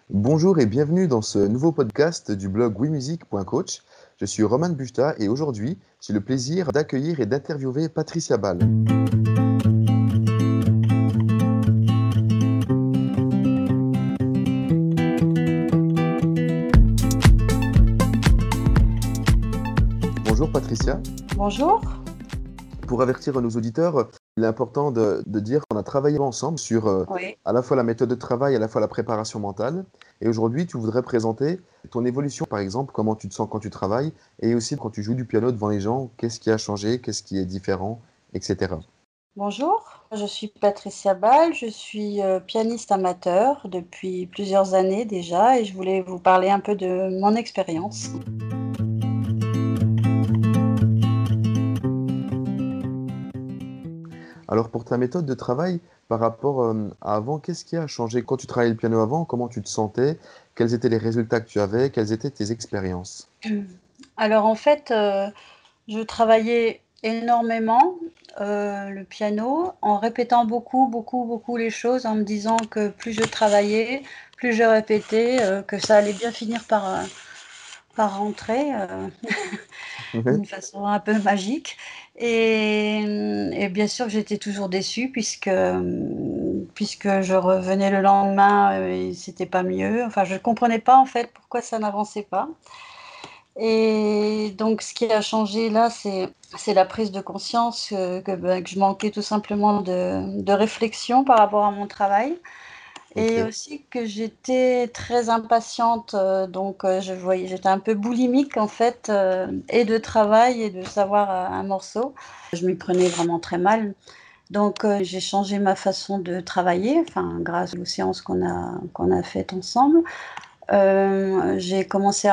Bonjour et bienvenue dans ce nouveau podcast du blog wimusic.coach. Je suis Roman Busta et aujourd'hui, j'ai le plaisir d'accueillir et d'interviewer Patricia Ball. Bonjour Patricia. Bonjour. Pour avertir nos auditeurs, il est important de dire qu'on a travaillé ensemble sur Oui. à la fois la méthode de travail, à la fois la préparation mentale. Et aujourd'hui, tu voudrais présenter ton évolution, par exemple, comment tu te sens quand tu travailles et aussi quand tu joues du piano devant les gens, qu'est-ce qui a changé, qu'est-ce qui est différent, etc. Bonjour, je suis Patricia Ball, je suis pianiste amateur depuis plusieurs années déjà et je voulais vous parler un peu de mon expérience. Alors pour ta méthode de travail, par rapport à avant, qu'est-ce qui a changé? Quand tu travaillais le piano avant, comment tu te sentais? Quels étaient les résultats que tu avais? Quelles étaient tes expériences? Alors en fait, je travaillais énormément le piano en répétant beaucoup, beaucoup, beaucoup les choses, en me disant que plus je travaillais, plus je répétais, que ça allait bien finir par rentrer. Ouais. D'une façon un peu magique et bien sûr, j'étais toujours déçue puisque je revenais le lendemain, et c'était pas mieux. Enfin, je comprenais pas, en fait, pourquoi ça n'avançait pas et donc ce qui a changé là, c'est la prise de conscience, que je manquais tout simplement de réflexion par rapport à mon travail. Et Ok. aussi que j'étais très impatiente, donc j'étais un peu boulimique en fait, et de travail et de savoir, un morceau. Je m'y prenais vraiment très mal. Donc j'ai changé ma façon de travailler, enfin grâce aux séances qu'on a faites ensemble. J'ai commencé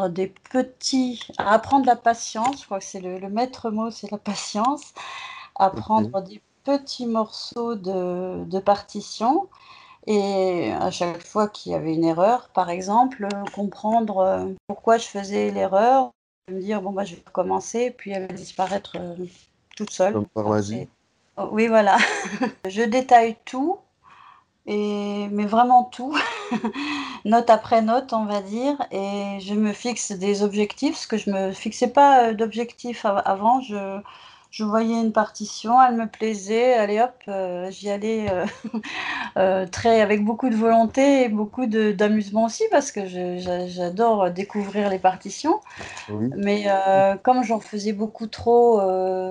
à apprendre la patience, je crois que c'est le maître mot, c'est la patience. Ok. Apprendre des petits morceaux de partition et à chaque fois qu'il y avait une erreur, par exemple, comprendre, pourquoi je faisais l'erreur, me dire: «Bon, bah, je vais recommencer», puis elle va disparaître, toute seule. Comme par Enfin, magie. oh oui, voilà. Je détaille tout mais vraiment tout, note après note, on va dire et je me fixe des objectifs, parce que je me fixais pas, d'objectifs avant. Je voyais une partition, elle me plaisait, allez hop, j'y allais, très avec beaucoup de volonté et beaucoup d'amusement aussi parce que j'adore découvrir les partitions. Oui. Mais comme j'en faisais beaucoup trop,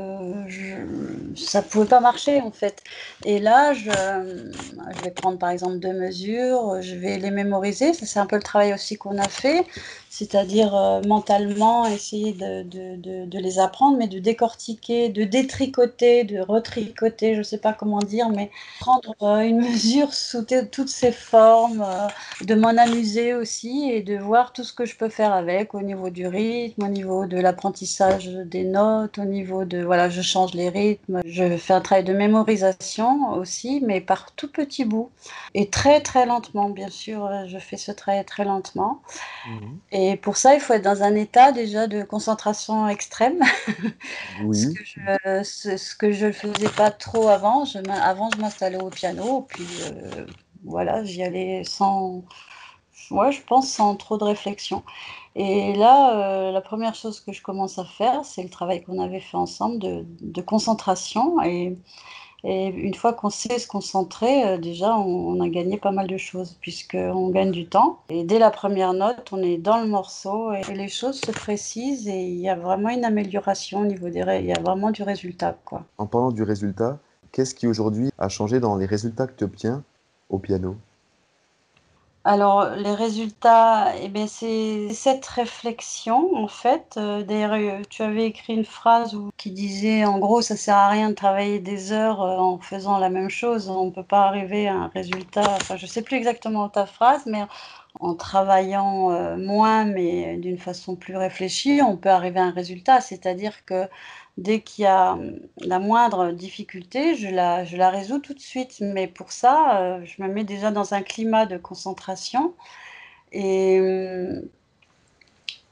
ça pouvait pas marcher en fait. Et là, je vais prendre par exemple 2 mesures, je vais les mémoriser. Ça, c'est un peu le travail aussi qu'on a fait, c'est-à-dire, mentalement essayer de les apprendre, mais de décortiquer, de détricoter, de retricoter, je sais pas comment dire, mais prendre, une mesure sous toutes ses formes, de m'en amuser aussi et de voir tout ce que je peux faire avec, au niveau du rythme, au niveau de l'apprentissage des notes, au niveau de voilà, je change les rythmes. Je fais un travail de mémorisation aussi, mais par tout petits bouts et très, très lentement, bien sûr, je fais ce travail très lentement Mhm. et pour ça, il faut être dans un état déjà de concentration extrême, Oui. ce que je ne faisais pas trop avant. Avant, je m'installais au piano, puis, voilà, j'y allais sans ouais, je pense sans trop de réflexion et là, la première chose que je commence à faire, c'est le travail qu'on avait fait ensemble de concentration et une fois qu'on sait se concentrer, déjà on a gagné pas mal de choses puisqu'on gagne du temps et dès la première note, on est dans le morceau et les choses se précisent et il y a vraiment une amélioration au niveau il y a vraiment du résultat, quoi. En parlant du résultat, qu'est-ce qui aujourd'hui a changé dans les résultats que tu obtiens au piano? Alors, les résultats, eh beh, c'est cette réflexion, en fait, d'ailleurs, tu avais écrit une phrase qui disait, en gros: «Ça sert à rien de travailler des heures, en faisant la même chose. On ne peut pas arriver à un résultat», enfin, je ne sais plus exactement ta phrase, mais en travaillant, moins, mais d'une façon plus réfléchie, on peut arriver à un résultat. C'est-à-dire que dès qu'il y a, la moindre difficulté, je la résous tout de suite. Mais pour ça, je me mets déjà dans un climat de concentration et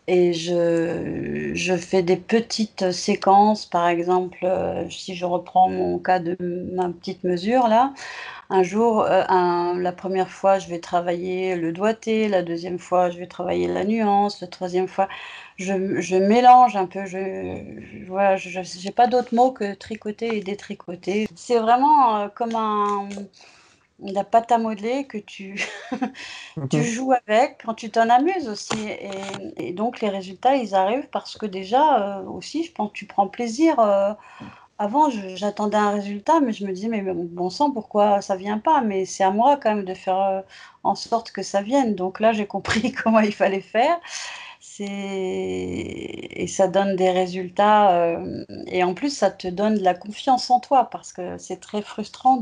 Et je fais des petites séquences, par exemple, si je reprends mon cas de ma petite mesure là, un jour, la première fois, je vais travailler le doigté, la deuxième fois, je vais travailler la nuance, la troisième fois, je mélange un peu, voilà, j'ai pas d'autre mot que tricoter et détricoter. C'est vraiment comme la pâte à modeler que tu Mhm. joues avec quand tu t'en amuses aussi. Et donc, les résultats, ils arrivent parce que déjà, aussi, je pense que tu prends plaisir. Avant, j'attendais un résultat, mais je me disais, mais bon sang, pourquoi ça vient pas? Mais c'est à moi quand même de faire en sorte que ça vienne. Donc là, j'ai compris comment il fallait faire. Et ça donne des résultats. Et en plus, ça te donne de la confiance en toi parce que c'est très frustrant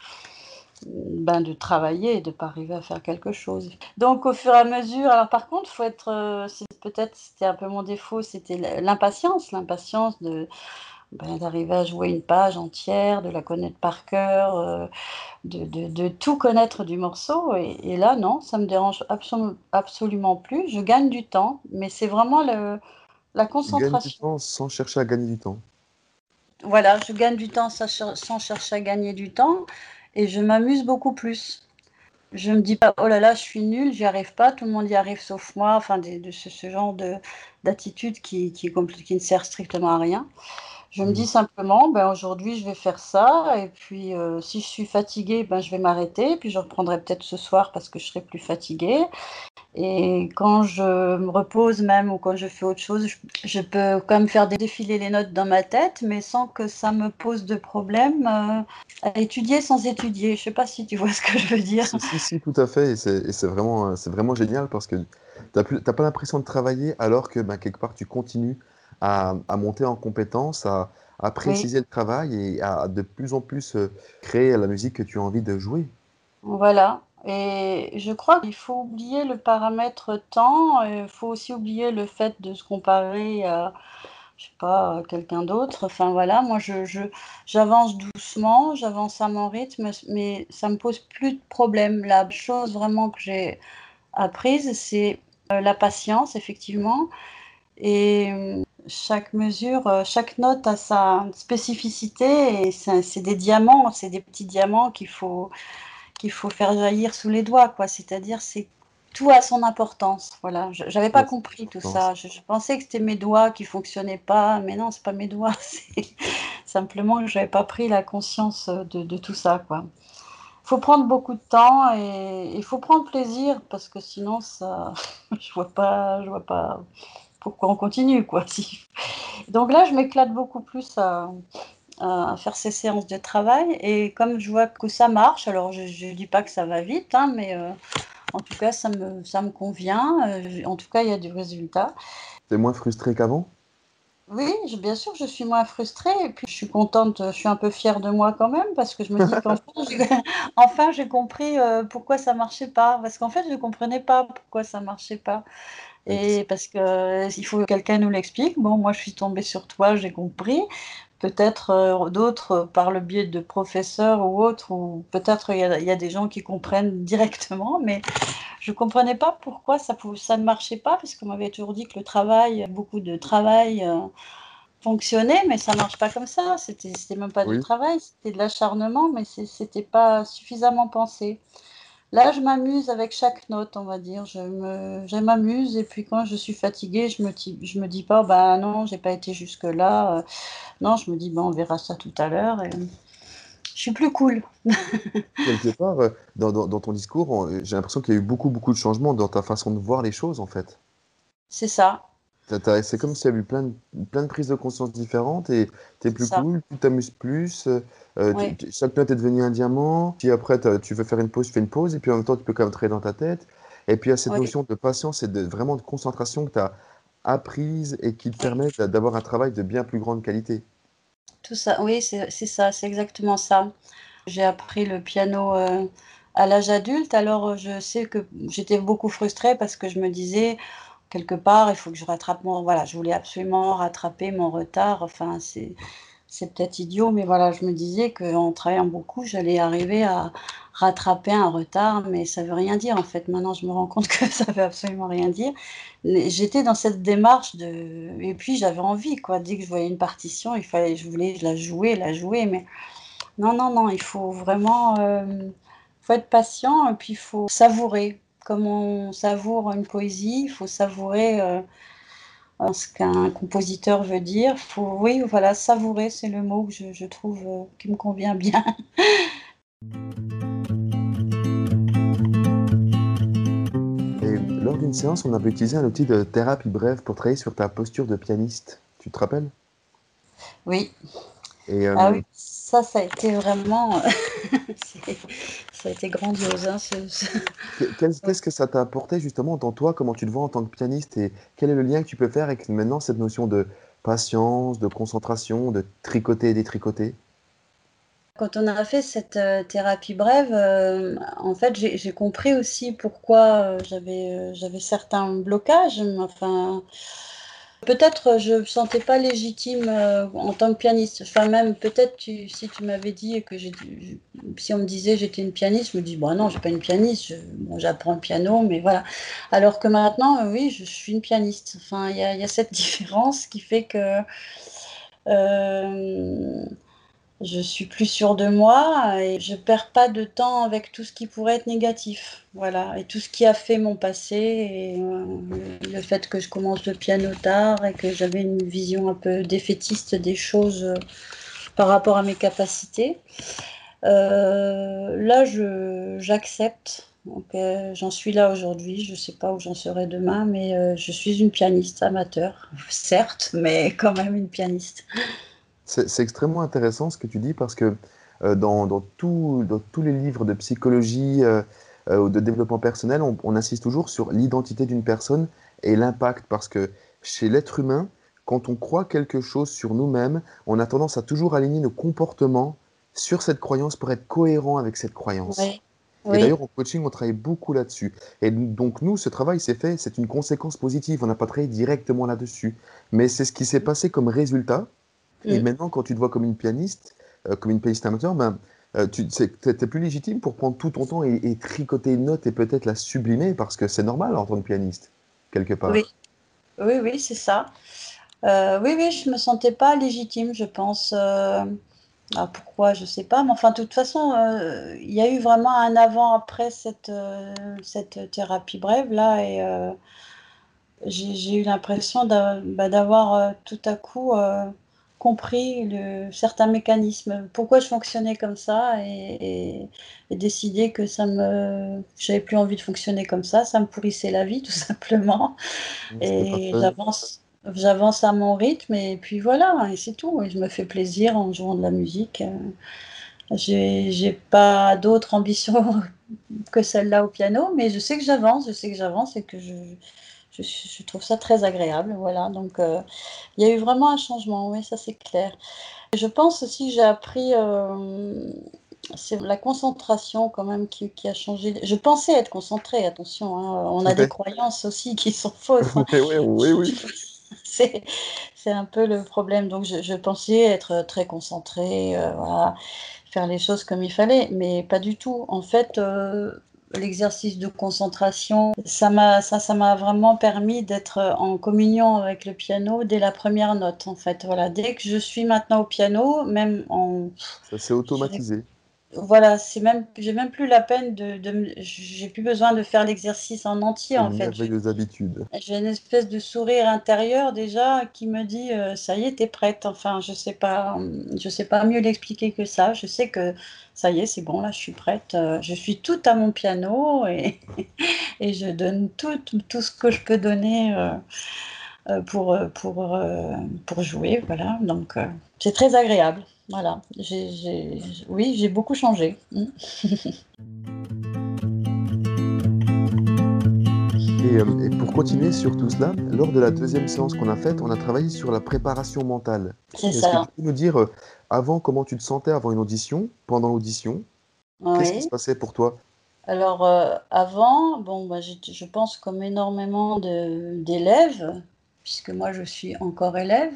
de travailler et de pas arriver à faire quelque chose. Donc au fur et à mesure, alors par contre, faut être, peut-être c'était un peu mon défaut, c'était l'impatience d'arriver à jouer une page entière, de la connaître par cœur, de tout connaître du morceau. Et là, non, ça me dérange absolument plus. Je gagne du temps, mais c'est vraiment la Tu gagnes du concentration. temps sans chercher à gagner du temps. Voilà, je gagne du temps sans chercher à gagner du temps et je m'amuse beaucoup plus. Je me dis pas: «Oh là là, je suis nulle, j'y arrive pas, tout le monde y arrive sauf moi», enfin de ce genre d'attitude qui ne sert strictement à rien. Je me dis Mm. simplement: «Ben, aujourd'hui, je vais faire ça et puis, si je suis fatiguée, ben, je vais m'arrêter, puis je reprendrai peut-être ce soir parce que je serai plus fatiguée». Et quand je me repose même ou quand je fais autre chose, je peux quand même faire défiler les notes dans ma tête, mais sans que ça me pose de problème, à étudier sans étudier. Je sais pas si tu vois ce que je veux dire? Si, si, si, tout à fait. Et c'est vraiment génial parce que t'as pas l'impression de travailler alors que ben, quelque part tu continues à monter en compétence, à Oui, préciser le travail et à de plus en plus créer la musique que tu as envie de jouer. voilà. Et je crois qu'il faut oublier le paramètre temps, il faut aussi oublier le fait de se comparer à, je sais pas, à quelqu'un d'autre. Enfin voilà, moi j'avance doucement, j'avance à mon rythme, mais ça me pose plus de problème. La chose vraiment que j'ai apprise, c'est, la patience effectivement et chaque mesure, chaque note a sa spécificité et c'est des diamants, c'est des petits diamants qu'il faut faire jaillir sous les doigts, quoi. C'est-à-dire, c'est tout a son importance, voilà. J'avais Tout pas à son compris tout importance. ça. Je pensais que c'était mes doigts qui fonctionnaient pas, mais non, c'est pas mes doigts, c'est simplement que j'avais pas pris la conscience, de tout ça, quoi. Faut prendre beaucoup de temps et il faut prendre plaisir parce que sinon ça je vois pas pourquoi on continue, quoi, si donc là, je m'éclate beaucoup plus à faire ces séances de travail et comme je vois que ça marche, alors je dis pas que ça va vite, hein, mais en tout cas ça me convient, en tout cas il y a du résultat. T'es moins frustré qu'avant? Oui, bien sûr, je suis moins frustrée et puis je suis contente, je suis un peu fière de moi quand même parce que je me dis qu'enfin j'ai enfin j'ai compris, pourquoi ça marchait pas. Parce qu'en fait, je ne comprenais pas pourquoi ça marchait pas Ex- et parce que, il faut que quelqu'un nous l'explique. Bon, moi je suis tombée sur toi, j'ai compris. Peut-être, d'autres, par le biais de professeurs ou autres ou peut-être il y a des gens qui comprennent directement, mais je comprenais pas pourquoi ça ne marchait pas parce qu'on m'avait toujours dit que le travail, beaucoup de travail, fonctionnait, mais ça marche pas comme ça. C'était même pas du Oui. travail, c'était de l'acharnement, mais c'était pas suffisamment pensé. Là, je m'amuse avec chaque note, on va dire. Je m'amuse et puis quand je suis fatiguée, je me dis pas: «Bah, non, j'ai pas été jusque là», non, je me dis: «Bon, on verra ça tout à l'heure» et je suis plus cool. Quelque part, dans ton discours, j'ai l'impression qu'il y a eu beaucoup, beaucoup de changements dans ta façon de voir les choses, en fait. C'est ça, C'est comme s'il y avait eu plein de prises de conscience différentes et tu es c'est plus ça. cool, tu t'amuses plus, Oui, chaque note est devenue un diamant, puis après tu veux faire une pause, tu fais une pause et puis en même temps tu peux quand même travailler dans ta tête. Et puis il y a cette oui, notion de patience et vraiment de concentration que tu as apprise et qui te oui, permet d'avoir un travail de bien plus grande qualité. tout ça. Oui, c'est ça, c'est exactement ça. J'ai appris le piano, à l'âge adulte, alors, je sais que j'étais beaucoup frustrée parce que je me disais: «Quelque part, il faut que je rattrape mon», voilà, je voulais absolument rattraper mon retard, enfin, c'est peut-être idiot, mais voilà, je me disais qu'en travaillant beaucoup, j'allais arriver à rattraper un retard, mais ça veut rien dire en fait. Maintenant, je me rends compte que ça veut absolument rien dire. Mais j'étais dans cette démarche de et puis j'avais envie quoi. Dès que je voyais une partition, je voulais la jouer, mais non, non, non, il faut vraiment, faut être patient et puis il faut savourer. Comme on savoure une poésie, il faut savourer, ce qu'un compositeur veut dire. Faut oui, voilà, savourer, c'est le mot que je trouve, qui me convient bien. Et lors d'une séance, on avait utilisé un outil de thérapie brève pour travailler sur ta posture de pianiste. Tu te rappelles? Oui, Et ah oui, ça a été vraiment, c'est ça a été grandiose, hein, ce qu'est-ce que ça t'a apporté justement dans toi? Comment tu te vois en tant que pianiste? Et quel est le lien que tu peux faire avec maintenant cette notion de patience, de concentration, de tricoter et détricoter? Quand on a fait cette, thérapie brève, en fait, j'ai compris aussi pourquoi, j'avais certains blocages, mais enfin, peut-être, je me sentais pas légitime, en tant que pianiste. Enfin même peut-être si tu m'avais dit que si on me disait j'étais une pianiste, je me dis: «Bah non, je suis pas une pianiste, bon j'apprends le piano, mais voilà». Alors que maintenant, oui, je suis une pianiste. Enfin, il y a cette différence qui fait que, hem je suis plus sûre de moi et je perds pas de temps avec tout ce qui pourrait être négatif, voilà et tout ce qui a fait mon passé et le fait que je commence le piano tard et que j'avais une vision un peu défaitiste des choses, par rapport à mes capacités. Là, je j'accepte, donc j'en suis là aujourd'hui, je sais pas où j'en serai demain, mais je suis une pianiste amateur, certes, mais quand même une pianiste. C'est extrêmement intéressant ce que tu dis parce que dans tous les livres de psychologie ou de développement personnel, on insiste toujours sur l'identité d'une personne et l'impact parce que chez l'être humain, quand on croit quelque chose sur nous-mêmes, on a tendance à toujours aligner nos comportements sur cette croyance pour être cohérent avec cette croyance. Oui, Et oui. d'ailleurs, en coaching, on travaille beaucoup là-dessus. Et donc, nous, ce travail s'est fait, c'est une conséquence positive. On n'a pas travaillé directement là-dessus. Mais c'est ce qui s'est passé comme résultat. Et Mmh. maintenant, quand tu te vois comme une pianiste amateur, ben, tu es plus légitime pour prendre tout ton temps et tricoter une note et peut-être la sublimer parce que c'est normal en tant que pianiste, quelque Oui, part. oui, oui, c'est ça. Oui, oui, je me sentais pas légitime, je pense, pourquoi? Je sais pas, mais enfin, de toute façon, il y a eu vraiment un avant-après cette thérapie brève là et j'ai eu l'impression d'avoir, tout à coup, compris certains mécanismes. Pourquoi je fonctionnais comme ça et décidé que j'avais plus envie de fonctionner comme ça me pourrissait la vie tout simplement. C'était pas Et fun. j'avance à mon rythme et puis voilà et c'est tout et je me fais plaisir en jouant de la musique, j'ai pas d'autres ambitions que celle-là au piano, mais je sais que j'avance et que je trouve ça très agréable, voilà donc il y a eu vraiment un changement, oui, ça c'est clair. Et je pense aussi que j'ai appris, c'est la concentration quand même qui a changé. Je pensais être concentrée, attention, hein, on a des Ouais, croyances aussi qui sont fausses, hein. ouais, ouais, oui, oui. C'est c'est un peu le problème. Donc je pensais être très concentrée, voilà, faire les choses comme il fallait, mais pas du tout. En fait, l'exercice de concentration, ça m'a vraiment permis d'être, en communion avec le piano dès la première note, en fait. Voilà, dès que je suis maintenant au piano, même en Ça s'est j'ai automatisé. voilà, j'ai même plus la peine de me j'ai plus besoin de faire l'exercice en entier, C'est en une fait. merveilleuse habitude. J'ai une espèce de sourire intérieur déjà qui me dit, «Ça y est, tu es prête». Enfin, je sais pas mieux l'expliquer que ça. Je sais que ça y est, c'est bon là, je suis prête, je suis toute à mon piano et et je donne tout ce que je peux donner, pour jouer, voilà. Donc, c'est très agréable. Voilà, oui, j'ai beaucoup changé. Mmh. Et pour continuer sur tout cela, lors de la deuxième séance qu'on a faite, on a travaillé sur la préparation mentale. C'est Est-ce que tu ça. peux nous dire, avant, comment tu te sentais avant une audition, pendant l'audition? Qu'est-ce qui se Oui. passait pour toi? Alors, avant, bon, bah, je pense comme énormément d'élèves, puisque moi je suis encore élève.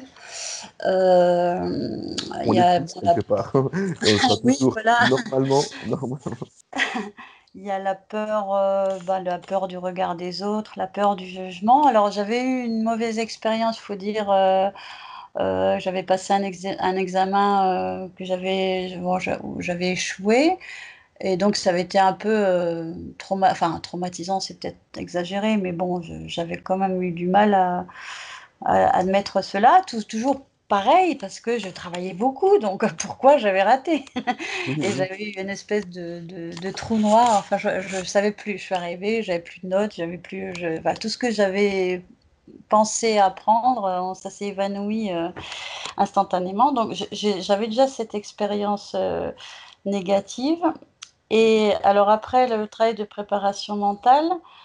Euh, il On y l'est a tous quelque part. Et on le sera oui, toujours. voilà. Normalement. Il y a la peur du regard des autres, la peur du jugement. Alors j'avais eu une mauvaise expérience, faut dire. J'avais passé un examen où j'avais échoué. Et donc ça avait été un peu enfin, traumatisant, c'est peut-être exagéré, mais bon, j'avais quand même eu du mal à admettre cela. Toujours pareil, parce que je travaillais beaucoup, donc pourquoi j'avais raté? Oui, Et oui. j'avais eu une espèce de trou noir. Enfin, je ne savais plus. Je suis arrivée, j'avais plus de notes, enfin, tout ce que j'avais pensé apprendre, ça s'est évanoui instantanément. Donc, j'avais déjà cette expérience négative. Et alors après le travail de préparation mentale,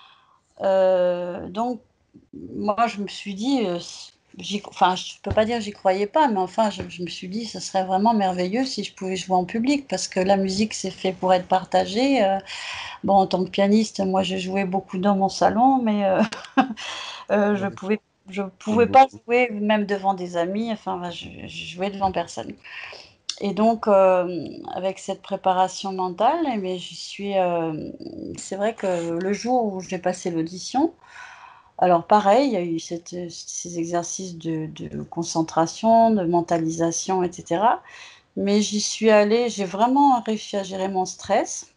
donc moi je me suis dit, enfin je peux pas dire que j'y croyais pas, mais enfin je me suis dit ce serait vraiment merveilleux si je pouvais jouer en public parce que la musique c'est fait pour être partagée. Bon, en tant que pianiste, moi j'ai joué beaucoup dans mon salon, mais Ouais, je comme pouvais pas beaucoup. jouer même devant des amis. Enfin, je jouais devant personne. Et donc, avec cette préparation mentale, eh bien, c'est vrai que le jour où j'ai passé l'audition, alors pareil, il y a eu ces exercices de concentration, de mentalisation, etc. Mais j'y suis allée, j'ai vraiment réussi à gérer mon stress.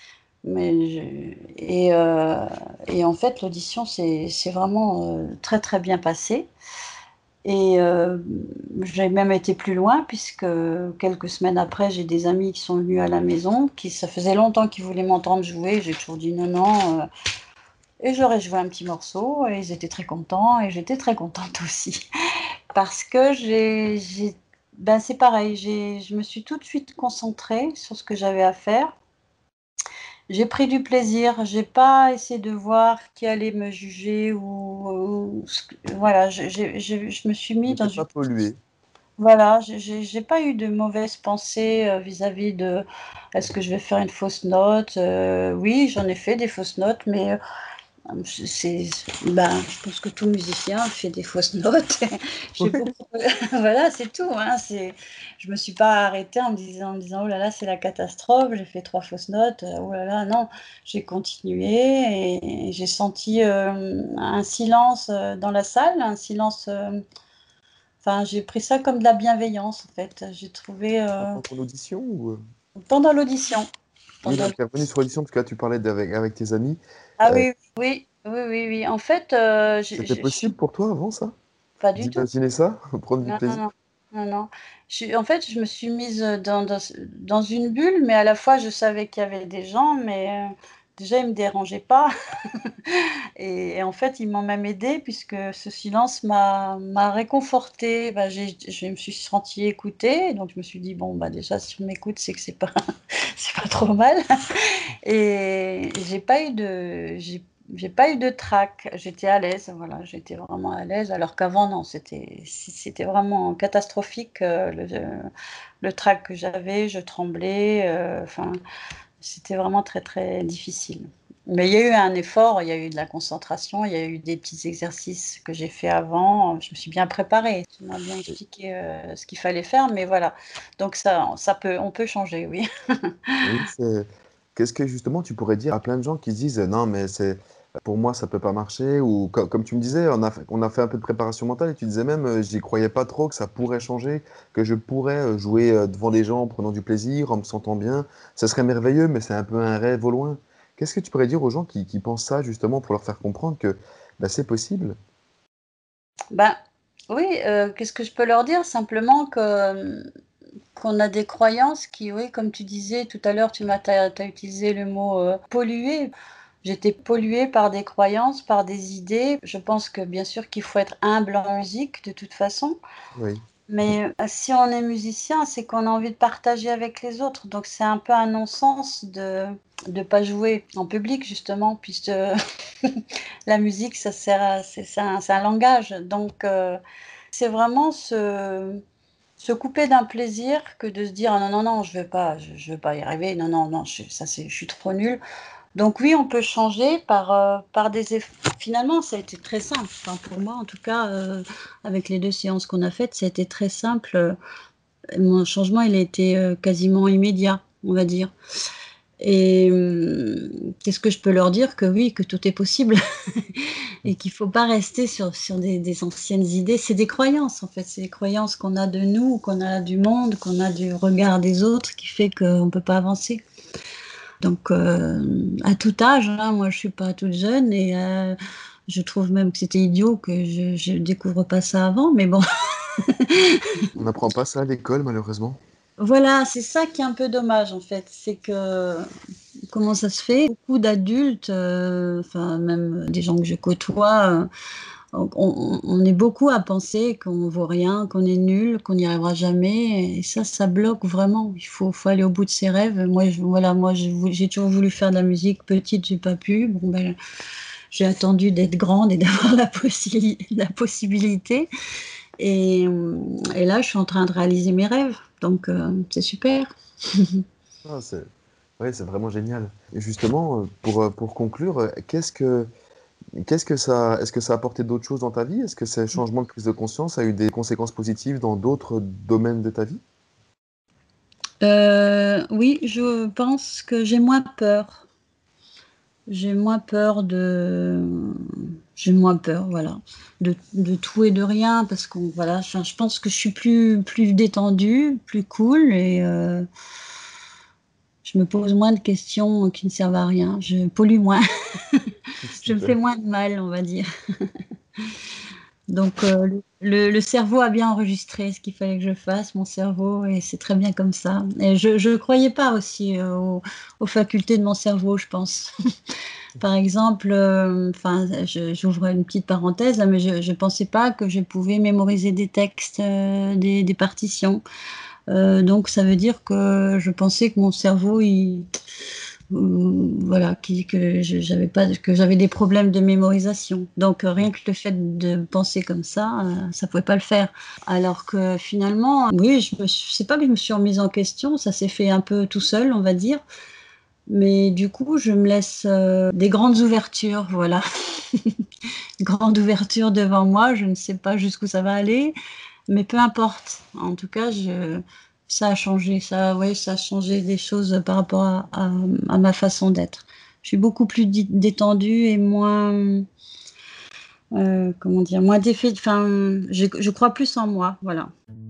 Et en fait, l'audition c'est vraiment très très bien passé. Et j'ai même été plus loin puisque quelques semaines après, j'ai des amis qui sont venus à la maison, ça faisait longtemps qu'ils voulaient m'entendre jouer. J'ai toujours dit non, non. Et j'aurais joué un petit morceau et ils étaient très contents et j'étais très contente aussi. Parce que ben c'est pareil, je me suis tout de suite concentrée sur ce que j'avais à faire. J'ai pris du plaisir, j'ai pas essayé de voir qui allait me juger voilà, je me suis Tu mis dans n'étais une pas pollué. voilà, j'ai pas eu de mauvaises pensées, vis-à-vis de: «Est-ce que je vais faire une fausse note?» Oui, j'en ai fait des fausses notes, mais, c'est ben, je pense que tout musicien fait des fausses notes. J'ai beaucoup voilà, c'est tout, hein, je me suis pas arrêtée en me disant: «Oh là là, c'est la catastrophe, j'ai fait 3 fausses notes, oh là là», non, j'ai continué et j'ai senti, un silence, dans la salle, un silence, enfin, j'ai pris ça comme de la bienveillance, en fait. J'ai trouvé, Pendant ton audition ou? pendant l'audition, Oui, pendant donc tu es revenu sur l'audition parce que là, tu parlais avec tes amis. ah Heu, oui, oui, oui, oui, oui. En fait, C'était possible pour toi avant ça? pas du tout. D'imaginer ça? Prendre du Non, non, plaisir? non. Non, non. En fait, je me suis mise, dans une bulle, mais à la fois, je savais qu'il y avait des gens, mais, déjà, ils ne me dérangeaient pas. Et en fait, ils m'ont même aidée puisque ce silence m'a réconfortée. Bah, je me suis sentie écoutée, donc je me suis dit: «Bon, bah, déjà, si on m'écoute, c'est que c'est pas c'est pas trop mal». Et j'ai pas eu de trac. J'étais à l'aise, voilà, j'étais vraiment à l'aise, alors qu'avant, non, c'était vraiment catastrophique, le trac que j'avais, je tremblais, enfin, c'était vraiment très, très difficile. Mais il y a eu un effort, il y a eu de la concentration, il y a eu des petits exercices que j'ai fait avant, je me suis bien préparée. Tu m'as bien Et expliqué, ce qu'il fallait faire, mais voilà. Donc on peut changer, oui. oui, c'est qu'est-ce que justement tu pourrais dire à plein de gens qui se disent: «Non, mais c'est pour moi, ça peut pas marcher» ou comme tu me disais, on a fait un peu de préparation mentale et tu disais même, «J'y croyais pas trop que ça pourrait changer, que je pourrais, jouer, devant des gens en prenant du plaisir, en me sentant bien. Ça serait merveilleux, mais c'est un peu un rêve au loin». Qu'est-ce que tu pourrais dire aux gens qui pensent ça justement pour leur faire comprendre que, bah, c'est possible? Ben, oui, qu'est-ce que je peux leur dire? Simplement que, qu'on a des croyances qui, oui, comme tu disais tout à l'heure, tu as utilisé le mot, polluer. J'étais polluée par des croyances, par des idées. Je pense que bien sûr qu'il faut être humble en musique de toute façon, Oui. mais, si on est musicien, c'est qu'on a envie de partager avec les autres. Donc c'est un peu un non-sens de pas jouer en public justement puisque la musique ça sert à c'est un langage. Donc, c'est vraiment se couper d'un plaisir que de se dire: «Ah non, non, non, je veux pas y arriver. Non, non, non, je suis trop nulle». Donc oui, on peut changer par des effets. Finalement, ça a été très simple. Enfin, pour moi, en tout cas, avec les 2 séances qu'on a faites, ça a été très simple. Mon changement, il a été quasiment immédiat, on va dire. Et qu'est-ce que je peux leur dire? Que oui, que tout est possible et qu'il ne faut pas rester sur des anciennes idées. C'est des croyances, en fait. C'est des croyances qu'on a de nous, qu'on a du monde, qu'on a du regard des autres qui fait qu'on ne peut pas avancer. Donc, à tout âge, hein, moi je suis pas toute jeune et je trouve même que c'était idiot que je découvre pas ça avant, mais bon. On n'apprend pas ça à l'école, malheureusement. Voilà, c'est ça qui est un peu dommage en fait, c'est que comment ça se fait? Beaucoup d'adultes, enfin même des gens que je côtoie, on est beaucoup à penser qu'on vaut rien, qu'on est nul, qu'on n'y arrivera jamais et ça bloque vraiment. Il faut aller au bout de ses rêves. J'ai toujours voulu faire de la musique. Petite, j'ai pas pu. Bon, ben, j'ai attendu d'être grande et d'avoir la possibilité. Et là, je suis en train de réaliser mes rêves. Donc, c'est super. Ah, ouais, c'est vraiment génial. Et justement, pour conclure, est-ce que ça a apporté d'autres choses dans ta vie? Est-ce que ce changement de prise de conscience a eu des conséquences positives dans d'autres domaines de ta vie? Oui, je pense que j'ai moins peur. J'ai moins peur de j'ai moins peur, voilà, de tout et de rien parce qu'on voilà, enfin, je pense que je suis plus détendue, plus cool et je me pose moins de questions qui ne servent à rien. Je pollue moins, je me fais Super. moins de mal, on va dire. Donc le cerveau a bien enregistré ce qu'il fallait que je fasse, mon cerveau, et c'est très bien comme ça. Et je croyais pas aussi, aux facultés de mon cerveau, je pense. Par exemple, enfin, j'ouvre une petite parenthèse là, mais je pensais pas que je pouvais mémoriser des textes, des partitions. Donc ça veut dire que je pensais que mon cerveau, voilà, que j'avais des problèmes de mémorisation. Donc rien que le fait de penser comme ça pouvait pas le faire. Alors que finalement, oui, c'est pas que je me suis remise en question, ça s'est fait un peu tout seul, on va dire. Mais du coup, je me laisse des grandes ouvertures, voilà. Grande ouverture devant moi, je ne sais pas jusqu'où ça va aller, mais peu importe. En tout cas, ça a changé, ouais, ça a changé des choses par rapport à ma façon d'être. Je suis beaucoup plus détendue et moins, comment dire, moins défait. Enfin, je crois plus en moi, voilà.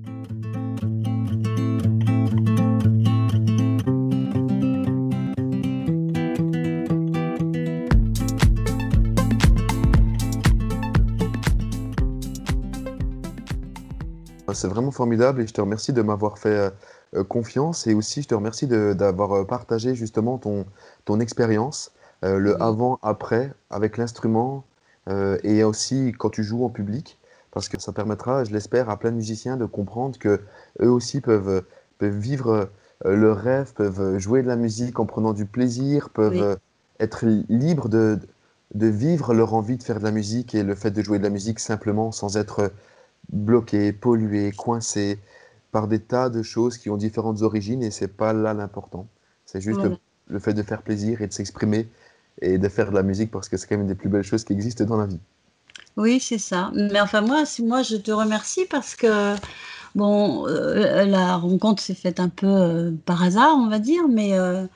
C'est vraiment formidable et je te remercie de m'avoir fait confiance et aussi je te remercie d'avoir partagé justement ton expérience, le Mhm. avant-après avec l'instrument et aussi quand tu joues en public parce que ça permettra, je l'espère, à plein de musiciens de comprendre que eux aussi peuvent vivre leurs rêves, peuvent jouer de la musique en prenant du plaisir, peuvent Oui, être libres de vivre leur envie de faire de la musique et le fait de jouer de la musique simplement sans être bloqué, pollué, coincé par des tas de choses qui ont différentes origines et c'est pas là l'important. C'est juste voilà. le fait de faire plaisir et de s'exprimer et de faire de la musique parce que c'est quand même une des plus belles choses qui existent dans la vie. Oui, c'est ça. Mais enfin, moi, je te remercie parce que bon, la rencontre s'est faite un peu par hasard, on va dire, mais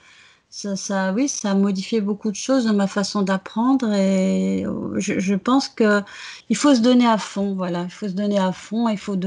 oui, ça a modifié beaucoup de choses dans ma façon d'apprendre et je pense que il faut se donner à fond, voilà, il faut se donner à fond,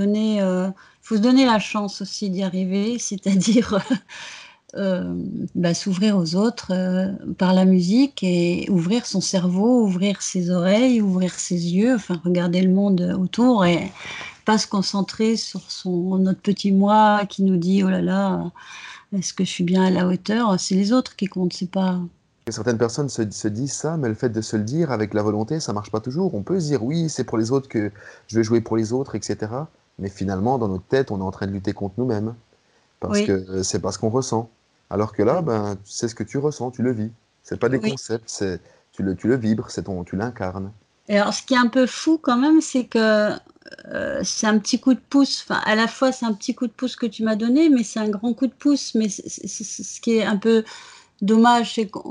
il faut se donner la chance aussi d'y arriver, c'est-à-dire euh, s'ouvrir aux autres par la musique et ouvrir son cerveau, ouvrir ses oreilles, ouvrir ses yeux, enfin regarder le monde autour et pas se concentrer sur notre petit moi qui nous dit oh là là, est-ce que je suis bien à la hauteur? C'est les autres qui comptent, c'est pas. Certaines personnes se disent ça, mais le fait de se le dire avec la volonté, ça marche pas toujours. On peut se dire oui, c'est pour les autres que je vais jouer pour les autres, etc. Mais finalement, dans notre tête, on est en train de lutter contre nous-mêmes parce que Oui, c'est pas ce qu'on ressent. Alors que là, oui, ben, c'est ce que tu ressens, tu le vis. C'est pas des oui. concepts, tu le vibres, tu l'incarnes. Et alors, ce qui est un peu fou quand même, c'est que c'est un petit coup de pouce. Enfin, à la fois, c'est un petit coup de pouce que tu m'as donné, mais c'est un grand coup de pouce. Mais ce qui est un peu dommage, c'est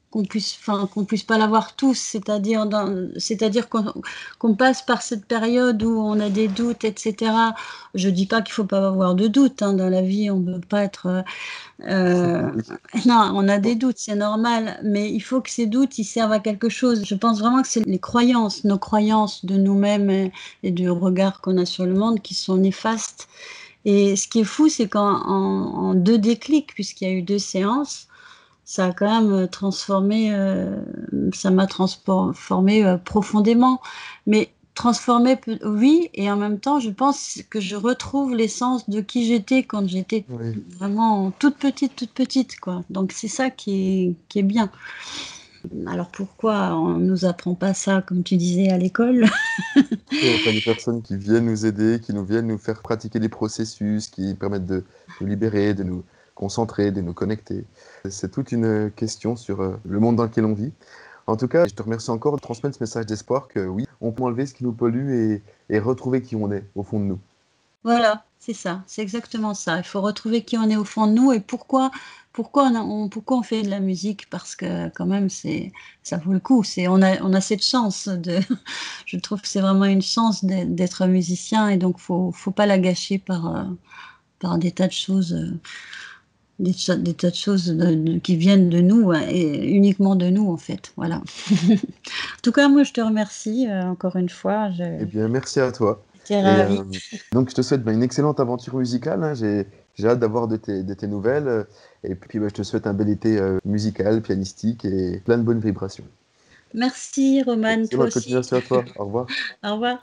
qu'on puisse pas l'avoir tous, c'est-à-dire qu'on passe par cette période où on a des doutes, etc. Je dis pas qu'il faut pas avoir de doutes, hein, dans la vie, on ne peut pas être euh, Oui. non, on a des doutes, c'est normal, mais il faut que ces doutes, ils servent à quelque chose. Je pense vraiment que c'est les croyances, nos croyances de nous-mêmes et du regard qu'on a sur le monde qui sont néfastes. Et ce qui est fou, c'est qu'en deux déclics, puisqu'il y a eu deux séances, ça a quand même transformé, ça m'a transformé profondément. Mais transformé, oui, et en même temps, je pense que je retrouve l'essence de qui j'étais quand j'étais Oui. vraiment toute petite, quoi. Donc c'est ça qui est bien. Alors pourquoi on nous apprend pas ça, comme tu disais, à l'école? Il n'y a pas des personnes qui viennent nous aider, qui nous viennent nous faire pratiquer des processus qui permettent de nous libérer, de nous concentrer, de nous connecter. C'est toute une question sur le monde dans lequel on vit. En tout cas, je te remercie encore de transmettre ce message d'espoir que oui, on peut enlever ce qui nous pollue et retrouver qui on est au fond de nous. Voilà, c'est ça, c'est exactement ça. Il faut retrouver qui on est au fond de nous et pourquoi on fait de la musique, parce que quand même, ça vaut le coup. On a cette chance je trouve que c'est vraiment une chance d'être musicien et donc faut pas la gâcher par des tas de choses, des tas de choses qui viennent de nous, hein, et uniquement de nous en fait. Voilà. En tout cas, moi, je te remercie encore une fois. Eh bien, merci à toi. J'étais Et ravie. donc, je te souhaite une excellente aventure musicale, hein. J'ai hâte d'avoir de tes nouvelles. Et puis, je te souhaite un bel été musical, pianistique et plein de bonnes vibrations. Merci, Roman, toi Excellente aussi. continuation à toi. Au revoir. Au revoir.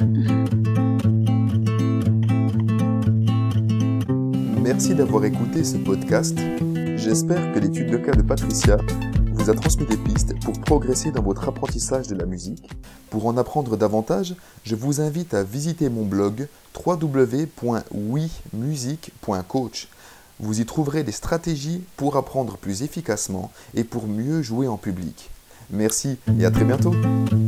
Merci d'avoir écouté ce podcast. J'espère que l'étude de cas de Patricia vous a transmis des pistes pour progresser dans votre apprentissage de la musique. Pour en apprendre davantage, je vous invite à visiter mon blog www.wimusic.coach. Vous y trouverez des stratégies pour apprendre plus efficacement et pour mieux jouer en public. Merci et à très bientôt.